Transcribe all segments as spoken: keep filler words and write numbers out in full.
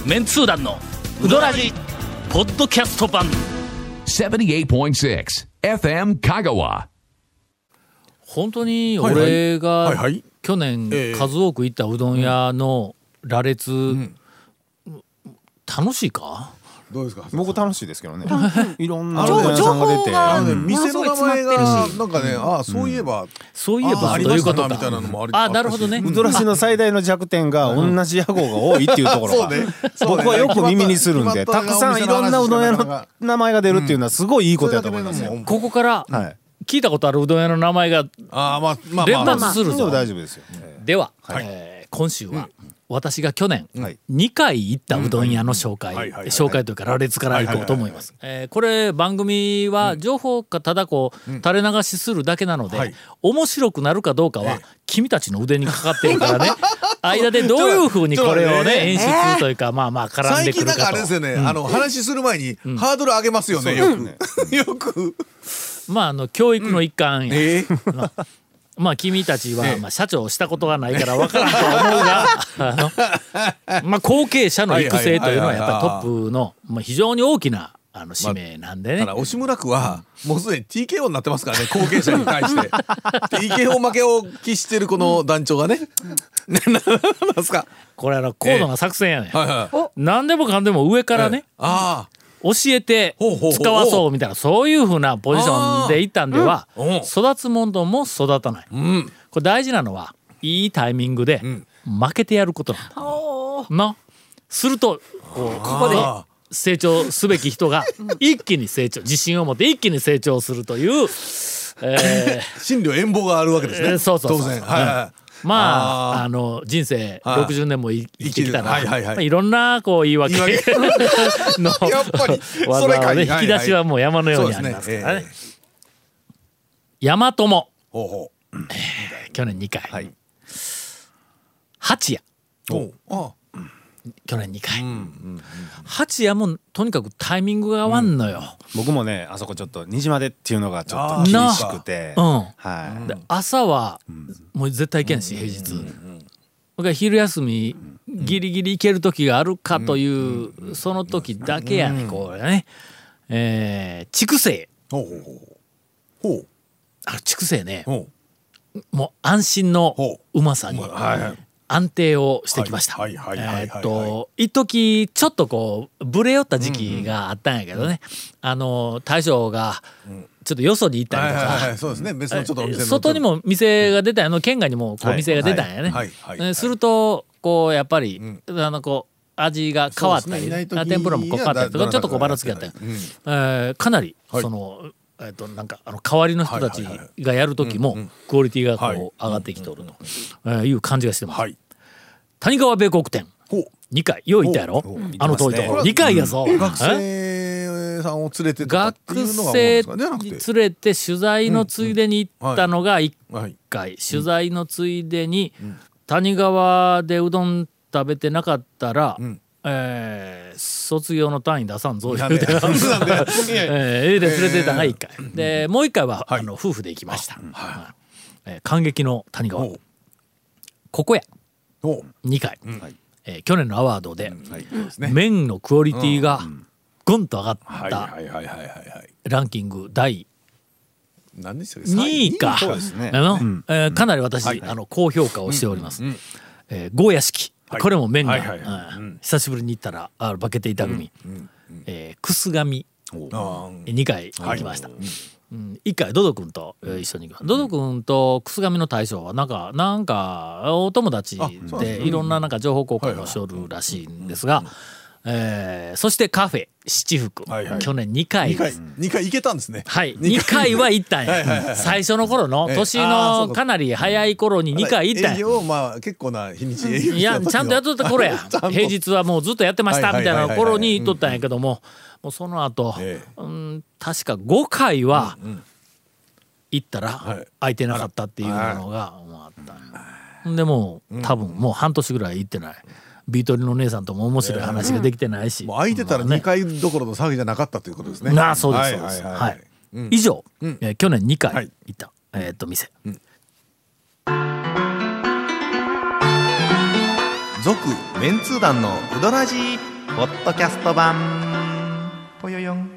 メンツー団のウドラジポッドキャスト版ななじゅうはちてんろく エフエム 香川。 本当に俺が去年数多く行ったうどん屋の羅列、うんうん、楽しいか？ どうですか？ 僕楽しいですけどね。いろんなうどん屋さんが出て、 あの、ね、店の名前がなんかね、ああそういえば、うん、 そういえばあどういうことかみたいなのもあり。 あ、なるほどね。 うどらしの最大の弱点が同じ屋号が多いっていうところが、 そうね、 僕はよく耳にするんで、たくさんいろんなうどん屋の名前が出るっていうのはすごいいいことやと思いますよ。 ここから聞いたことあるうどん屋の名前が連発するぞ。 大丈夫ですよ。 では、はい、えー、今週は、うん、私が去年、はい、にかい行ったうどん屋の紹介、紹介というか羅列からいこうと思います。えー、これ番組は情報かただこう、うん、垂れ流しするだけなので、はい、面白くなるかどうかは、ええ、君たちの腕にかかってるからね。間でどういうふうにこれをね演出というか、まあまあ絡んでくるかと。 最近なんかあれですよね、うん、あの話する前にハードル上げますよね、よくよく。まああの教育の一環や、うん、えーまあ君たちはまあ社長をしたことがないから分からんと思うが、あのまあ後継者の育成というのはやっぱりトップのまあ非常に大きなあの使命なんでね。 まあ、ただ押村区はもうすでに ティーケーオー になってますからね、後継者に対して ティーケーオー 負けを喫してるこの団長がね、何ですかこれあの高度な作戦やね、えーはいはい、何でもかんでも上からね、えー、あ教えて使わそうみたいな、そういうふうなポジションでいったんでは、育つものも育たない、うん、これ大事なのはいいタイミングで負けてやることなんだ、うん、なするとこうここで成長すべき人が一気に成長、自信を持って一気に成長するという、 えー、心理遠望があるわけですね、 そうそうそう、 当然、はいはい、 まあ、あ, あの人生ろくじゅうねんも生きてきたら、はいはいはい、まあ、いろんなこう言い訳のやっぱり技をね、引き出しはもう山のようにありますからね。山友、ほうほう、えー、去年にかい、はい、八谷、おあ去年にかい、うんうんうん、八谷もとにかくタイミングが合わんのよ、 うん、僕もねあそこちょっとにじまでっていうのがちょっと厳しくて、うん、 はい、で朝はもう絶対行けんし、平日、うんうんうん、昼休みギリギリ行ける時があるかという、うんうん、その時だけやね、これね、えー、筑西、ほうほうほう、あ、筑西ね、もう安心のうまさに、はいはい、安定をしてきました。えっと一時ちょっとこうブレ寄った時期があったんやけどね、うんうん、あの大将がちょっとよそに行ったりとか、はいはいはい、そうですね、別のちょっとお店の外にも店が出たんやの、県外にもこう店が出たんやね、はいはいはい、するとこうやっぱり、うん、あのこう味が変わったり、ね、天ぷらもこう変わったりとかちょっとこうばらつきやったんや、うん、えー、かなりその、はい、えー、となんかあの代わりの人たちがやる時もクオリティがこう上がってきておるという感じがしてます、はい、谷川米国店にかいよう行ったやろ、あの遠いところにかいやぞ、 うん、学生さんを連れてとかっていうのが学生連れて取材のついでに行ったのがいっかい、取材のついでに谷川でうどん食べてなかったら、うん、えー、卒業の単位出さんぞ言うてな、ええで連れて行ったのがいっかいで、もういっかいは、はい、あの夫婦で行きました、はい、えー、感激の谷川、ここやにかい、うん、えー、去年のアワードで、うんはいね、麺のクオリティがゴンと上がったランキングだいにいか、ね、あの、うん、えー、かなり私、はい、あの高評価をしております、うんうん、えー、ゴーヤ式、はい、これも麺が、はいはいはい、うん、久しぶりに行ったらあバケテ板組、うんうんうん、えー、くす紙にかい行きました、はい、うん、いっかいドド君と一緒に行きます、うん、ドド君とくす紙の大将はなんかなんかお友達でいろんななんか情報交換をしょるらしいんですが、えー、そしてカフェ七福、はいはい、去年にかいです。 にかい行けたんですね。 はい、にかいは行ったんや。はいはいはい、最初の頃の年のかなり早い頃ににかい行ったんや。 営業まあ結構な日にち営業いやちゃんとやっとった頃や。平日はもうずっとやってましたみたいな頃に行っとったんやけども、もうその後、ええ、うん、確かごかいは行ったら空いてなかったっていうのがあったんや。でも多分もう半年ぐらい行ってない。ビートリの姉さんとも面白い話ができてないし、 もう空いてたらにかいどころの騒ぎじゃなかったということですね。 なあ、そうですそうです。はい。以上、うん、えー、去年にかい行った、はい、えー、っと店。 続、うん、メンツー団のうどらじポッドキャスト版ぽよよん。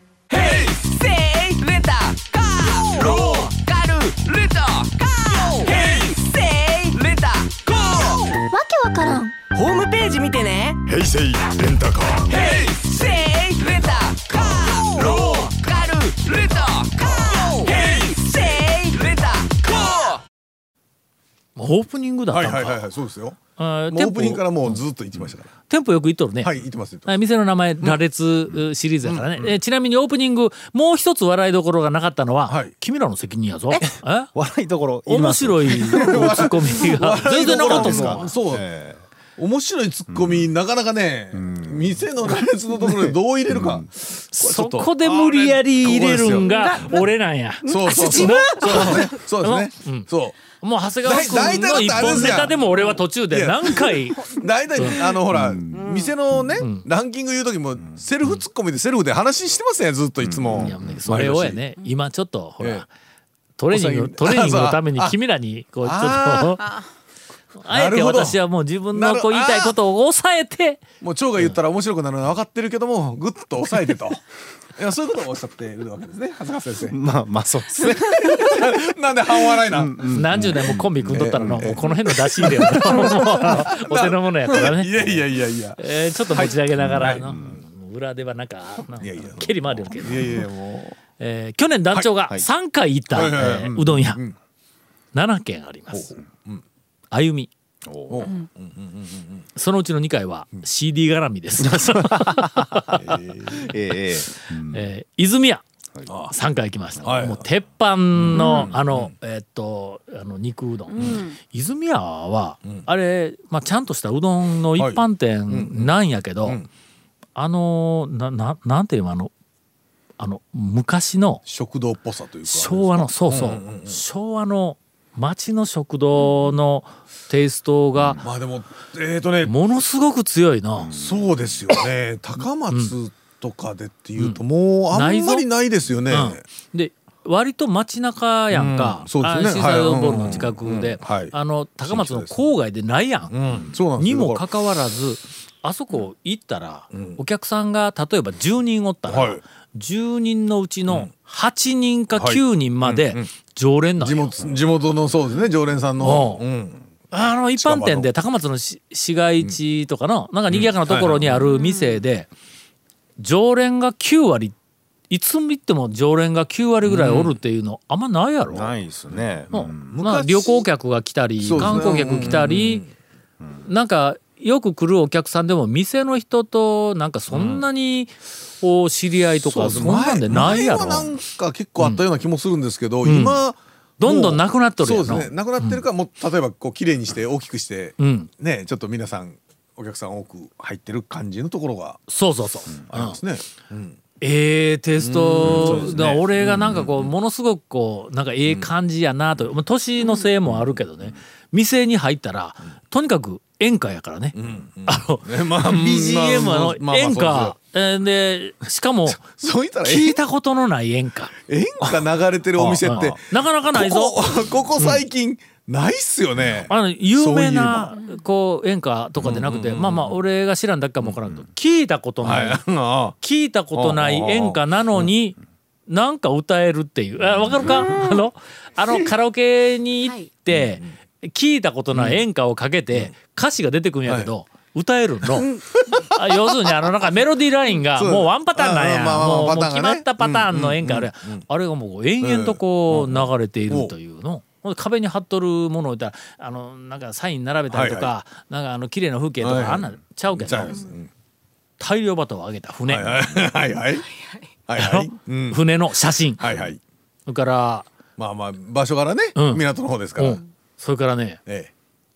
わからん。 ホームページ見てね。 平成レンタカー。 ヘイセイレンタカー。ローカルレンタカー。ヘイセイレンタカー。 オープニングだったんか。 はいはいはいはい、そうですよ。 あもうオープニングからもうずっと行ってましたから。 テンポよくいっとるね。 はい、行ってます行ってます。 店の名前羅列シリーズやからね、えちなみにオープニングもう一つ笑いどころがなかったのは、 はい君らの責任やぞ。え笑いどころいり面ます白いツッコミが全然なかったぞ。 かそう、 え面白いツッコミ、なかなかね、店の羅列のところでどう入れるか、 そこで無理やり入れるんが俺なんや。 そうそうそう、そうですね、そうですね、そうもう長谷川君の一本ネタでも俺は途中で何回大体あのほら店のねランキング言う時もセルフツッコミでセルフで話してますね、ずっといつも。 いやそれをやね、今ちょっとほええらトレーニングトレーニングのために君らにこうちょっとあえて私はもう自分のこう言いたいことを抑えて、 もう長が言ったら面白くなるのは分かってるけどもグッと抑えてといやそういうことをおっしゃっているわけですね、長谷川先生。 まあまあそうですね。 なんで半笑いな、 何十年もコンビ組んどったらの、もうこの辺の出し入れをお手の物やからね。 いやいやいやいや、 えーちょっと持ち上げながらの、裏ではなんかいやいや蹴り回るけど、 いやいやもうえー去年団長がさんかい行った、 はいはいはいえーうどん屋、ななけんあります。歩みおそのうちのにかいは シーディー 絡みです。 ええええー泉屋さんかい行きました、 はいもう鉄板のあのえーっとあの肉うどん、泉屋はあれ、まあ、ちゃんとしたうどんの一般店なんやけど、あのなななんていうのあのあの昔の食堂っぽさというか昭和のそうそう、昭和の町の食堂のテイストがまあでもえーとねものすごく強いな。 そうですよね、高松とかでっていうともうあんまりないですよね、 うんで割と街中やんか、 うんそうですねあシーサイドボールの近くで、 はいうんうんはいあの高松の郊外でないやん、 うんそうなんですよにもかかわらずあそこ行ったら、お客さんが例えばじゅうにんおったら、 はいじゅうにんのうちのはちにんかきゅうにんまで常連なん地よ、 元地元のそうですね常連さんの、 ううんんあの一般店で高松のし市街地とかのなんか賑やかなところにある店で常連がきゅうわりいつ見ても常連がきゅうわりぐらいおるっていうのあんまないやろ、 えないですね。 うんまあ、旅行客が来たり、 そうですね観光客来たり、なんかよく来るお客さんでも店の人となんかそんなにお知り合いとかそんなんでないやろ。 前はなんか結構あったような気もするんですけど、今どんどんなくなっとるやろ。 そうですね、なくなってるからもう例えばこう綺麗にして大きくして、 うん、 ねちょっと皆さんお客さん多く入ってる感じのところがそうそうそう。 ありますね。うんええテイストだから俺がなんかこうものすごくこうなんかええ感じやなと、まあ年のせいもあるけどね、店に入ったらとにかく演歌やからね、あのねまあビージーエムまあのまあまあ演歌そうえーでしかもそう言ったら聞いたことのない演歌演歌流れてるお店ってなかなかないぞ。 ここここ最近ないっすよね。 あの有名なこう演歌とかでなくて、まあまあ俺が知らんだけかもわからんけど、聞いたことない、 はいあ聞いたことない演歌なのになんか歌えるっていう、あわかるか、あのあのカラオケに行って聞いたことない演歌をかけて歌詞が出てくるんやけど、歌えるの、あ要するにあのなんかメロディーラインがもうワンパターンなんや、 まあまあまあもうもうパターンがね決まったパターンの演歌あるやん、あれがもう延々とこう流れているというの。ほんで壁に貼っとるものを置いたらあのなんかサイン並べたりとか、 はなんかあの綺麗な風景とか、 はいはいあんなんちゃうけど、 ちゃいますうん大量バトを上げた船、 はいはいはいはいはいはいうん船の写真、 はいはいそれから、 まあまあ場所からねうん港の方ですからうん、それからねええ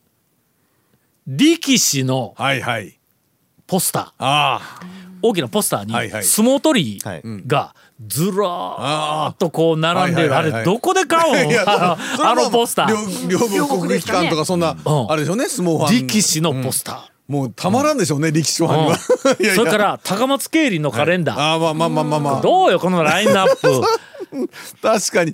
力士のはいはいポスターあ大きなポスターにはいはい相撲取りはいがずらーっとこう並んでる、 はいはいはいはいあれどこで買うんいやあそれはまのあのポスター両両国国技館とかそんなんあれでしょうね相撲ファン力士のポスター、 もうたまらんでしょうね力士ファンにはいやいやそれから高松競輪のカレンダー、 ああまあまあまあまあまあどうよこのラインナップ確かに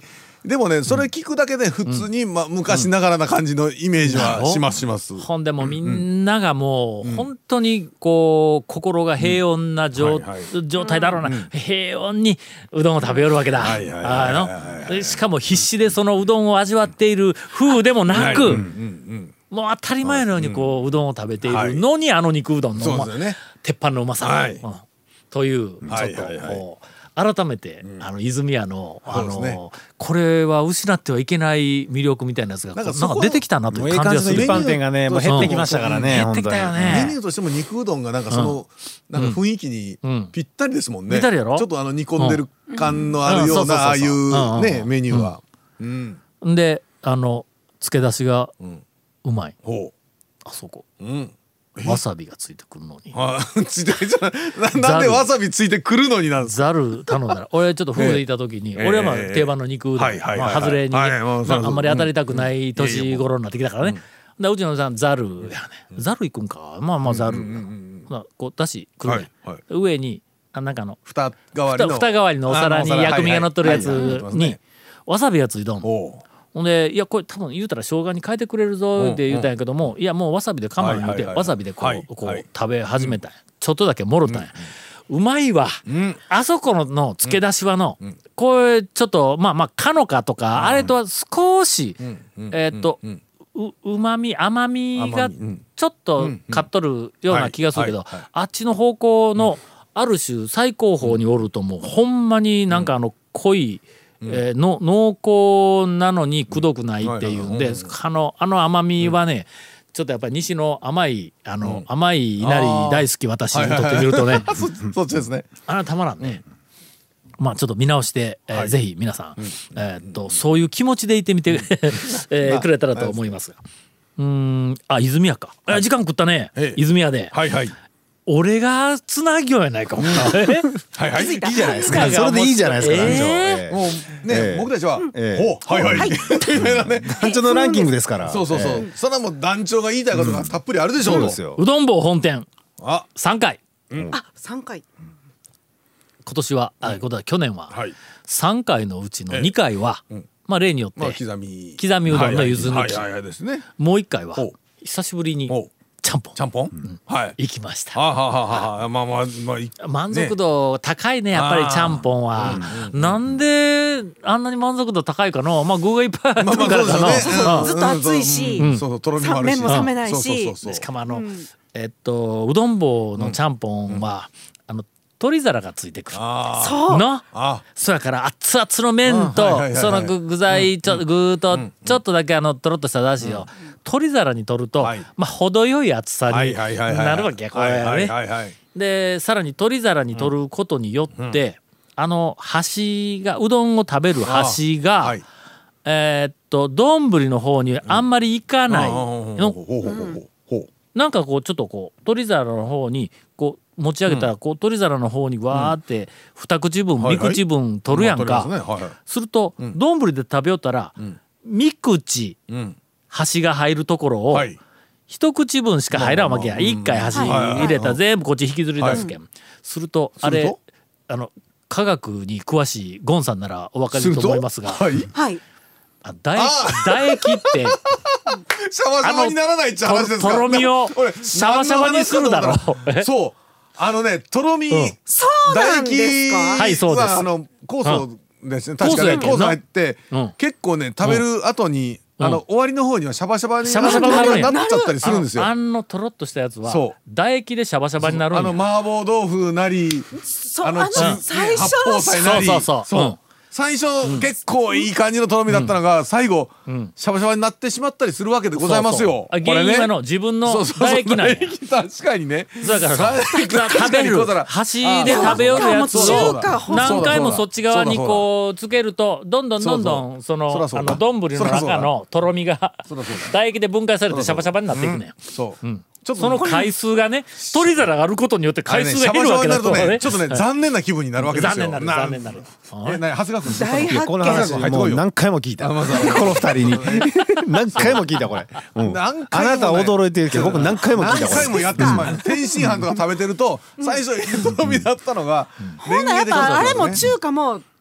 でもねそれ聞くだけで普通に、まあ、昔ながらな感じのイメージはしますします。 ほんでもみんながもう本当にこう心が平穏な状態だろうな、平穏にうどんを食べよるわけだ。あのしかも必死でそのうどんを味わっている風でもなく、もう当たり前のようにこううどんを食べているのに、あの肉うどんの、ま、鉄板のうまさ、はい、うん、というちょっとこう、はいはいはい、改めて、うん、あの泉屋の、あの、ね、これは失ってはいけない魅力みたいなやつがなんか出てきたなという感じがする。 一般店がねもう減ってきましたからね。 減ってきたよね。 メニューとしても肉うどんがなんかその、うん、なんか雰囲気にぴったりですもんね。 ぴったりやろ。 ちょっとあの煮込んでる感のあるようなああいうねメニューは。 うんうん、であの漬け出しがうまい。ほう。あそこ。うん。わさびがついてくるのに。あついてじゃな、なんでわさびついてくるのになんですか。ざる頼んだら俺ちょっと夫婦でいた時に、えー、俺はまあ定番の肉うどん、えーまあ、外れに、ね、はいまあ、あんまり当たりたくない年頃になってきたからね。うん、うちのさんざるやね。ざるいくんか。まあまあざる。うんうんうんまあ、こうだしくるね、はいはい。上にあなんかの蓋代わりの蓋代わりのお皿に薬味が乗っとるやつにわさびがついとんの。ほんでいやこれ多分言うたら生姜に変えてくれるぞって言うたんやけども、いやもうわさびで我慢言うてわさびでこうこう食べ始めたんや。ちょっとだけもろたんや。うまいわ。あそこのの漬け出しはのこれちょっとまあまあかのかとかあれとは少しえっとうまみ甘みがちょっとかっとるような気がするけど、あっちの方向のある種最高峰におるともうほんまになんかあの濃いえー、の濃厚なのにくどくないっていうんで、あのあの甘みはね、ちょっとやっぱり西の甘いあの、うん、甘い稲荷大好き私にとってみるとね、 そっちですね。 あれたまらんね。まあちょっと見直して、えーはい、ぜひ皆さん、うん、えー、っとそういう気持ちでいてみて、えー、くれたらと思いますが、うーんあ泉屋か、はい、時間食ったね、泉屋で。はいはい。俺がつなぎようやないかも。はいはい。いいじゃないですか。それでいいじゃないですか。 えー、もうね、僕たちは、えー、おはいはい。 団長のランキングですから。 そうそうそう。それはもう団長が言いたいことがたっぷりあるでしょう。そうですよ。うどん坊本店。あ、三回。 あ、三回。 今年は、あ、ことは去年は三回のうちの二回は、まあ例によって刻み刻みうどんのゆず抜き。もう一回は久しぶりに。ちゃんぽん。 ちゃんぽん、うん、はい。 行きました。 ははははまあまあまあ。 満足度高いね、やっぱりちゃんぽんは。うんうん、なんであんなに満足度高いかの、まあ具がいっぱいあるからかの。 まあ、ずっと熱いし、うん、そうそうとろみもあるし、麺も冷めないし、 しかもあの、うん、えっとうどん坊のちゃんぽんは、うん、あの取り皿がついてくる。そう。の。そやから熱々の麺とその具材ちょ具とちょっとだけあのとろっとしただしを。取り皿に取ると、はい、まあ程よい厚さになるわけやこれね。でさらに取り皿に取ることによって、うんうん、あの箸がうどんを食べる箸が、はい、えー、っと丼の方にあんまりいかないの。なんかこうちょっとこう取り皿の方にこう持ち上げたら、こう取り皿の方にわーって二口分三口分取るやんか。すると丼で食べよったら三口箸が入るところを一口分しか入らんわけや。一回箸入れたら全部こっち引きずり出すけん。するとあれあの科学に詳しいゴンさんならお分かりと思いますが、はい、あ唾液ってシャバシャバにならないっちゃ話ですか。 とろみをシャバシャバにするだろう。 そうあのねとろみ、うん、 そうなんですか。 はいそうです。 あの酵素ですね。確かに酵素入って、うん、結構ね食べる後に、うん、あの終わりの方にはシャバシャバになっちゃったりするんですよ。 あのとろっとしたやつは唾液でシャバシャバになるんや。 あの麻婆豆腐なりあの最初のそうそうそうそう、うん、 最初、うん、結構いい感じのとろみだったのが、うん、最後、うん、シャバシャバになってしまったりするわけでございますよ。 そうそう原因はの自分の唾液なんや。 確かにね。 だから食べる箸で食べよるやつを何回もそっち側にこうつけるとどんどんどんどんそのあの丼の中のとろみが唾液で分解されてシャバシャバになっていくねん。そう。うんちょっとその回数がね取り皿があることによって回数が減るわけだとね。 ちょっとね残念な気分になるわけですよ。 残念なる残念なる。 えな長谷川君大発見。 この話もう何回も聞いた。この二人に何回も聞いたこれ。あなたは驚いてるけど僕何回も聞いたこれ。 何回もやってしまう。天津飯とか食べてると最初とろみだったのがほなやっぱあれも中華も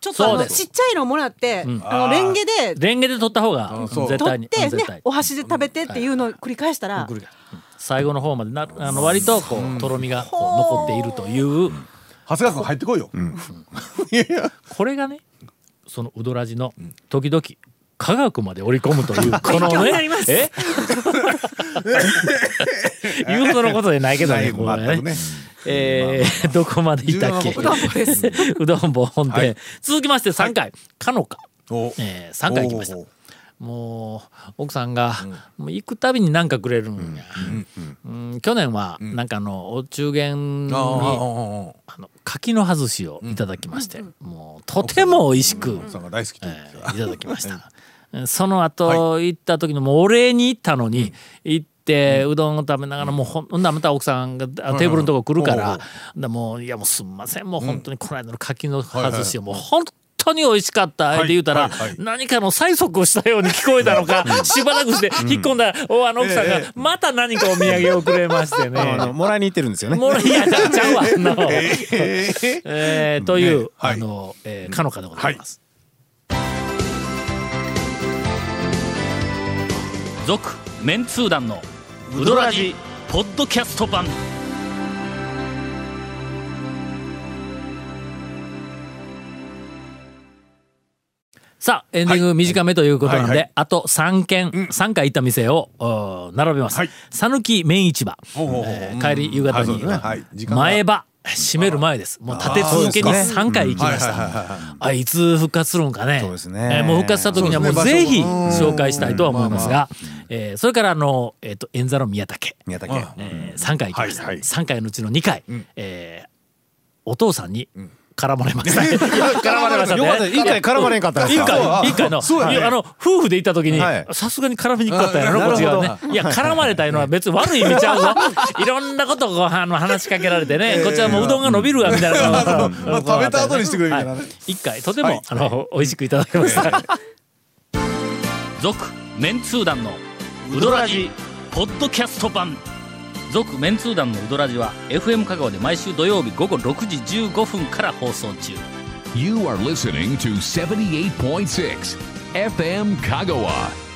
ちょっとあのちっちゃいのもらって、あのレンゲでレンゲで取った方が絶対に取ってね、お箸で食べてっていうのを繰り返したら、 最後の方までなあの割とこうとろみがこう残っているという。 長谷川君入ってこいよ。 これがね、そのうどらじの時々科学まで織り込むというこのね、え言うほどのことでないけどね、これね。えー、どこまでいったっけ。 うどんぼです。 うどんぼほんで、続きましてさんかいかのか、えー、さんかい行きました。もう奥さんが、もう行くたびに何かくれるんや、うんうん、去年はなんかあのお中元に、うん、あの柿の外しをいただきまして、うん、もうとても美味しく、うん、 奥さんが大好きと、 えー、いただきましたその後、はい、行った時のもうお礼に行ったのに、うん、行ってうどんを食べながらもうほんなまた奥さんがテーブルのとこ来るから、だもういやもうすんませんもう本当にこの間の柿の外しをもう本当本当に美味しかったって言うたら、はいはいはい、何かの催促をしたように聞こえたのかしばらくして引っ込んだら、うん、あの奥さんがまた何かお土産をくれましてね、 あのもらいに行ってるんですよね。 もらいやちゃうちゃうわの、えーえー、という、ね、あの、えー、かのかでございます。続、はい、メンツー団のウドラジポッドキャスト版。さあエンディング短めということなんで、はいはいはい、あとさんけん、うん、さんかい行った店を並べます。讃岐麺市場、えー、帰り夕方に、はい、前場閉める前です。もう立て続けにさんかい行きました。あ、いつ復活するんかね。そうですね、えー、もう復活した時にはもうぜひ紹介したいとは思いますが、えー、それからあの、えー、と円座の宮武、宮武、えー、さんかい行きました、はいはい、さんかいのうちのにかい、うんえー、お父さんに、うん絡まれました。絡まれましたね。 一回絡まれんかったんですか。 一回のあの夫婦で行った時にさすがに絡みにくかったやろこっちがね。いや絡まれたいうのは別に悪い意味ちゃうぞ。いろんなことをあの話しかけられてね、こっちはもううどんが伸びるわみたいな。 食べた後にしてくれみたいなね。 一回とてもあの美味しくいただきました。続メンツー団のうどらじポッドキャスト版。続メンツー団のウドラジは エフエム 香川で毎週土曜日午後ろくじじゅうごふんから放送中。 You are listening to seventy-eight point six エフエム 香川。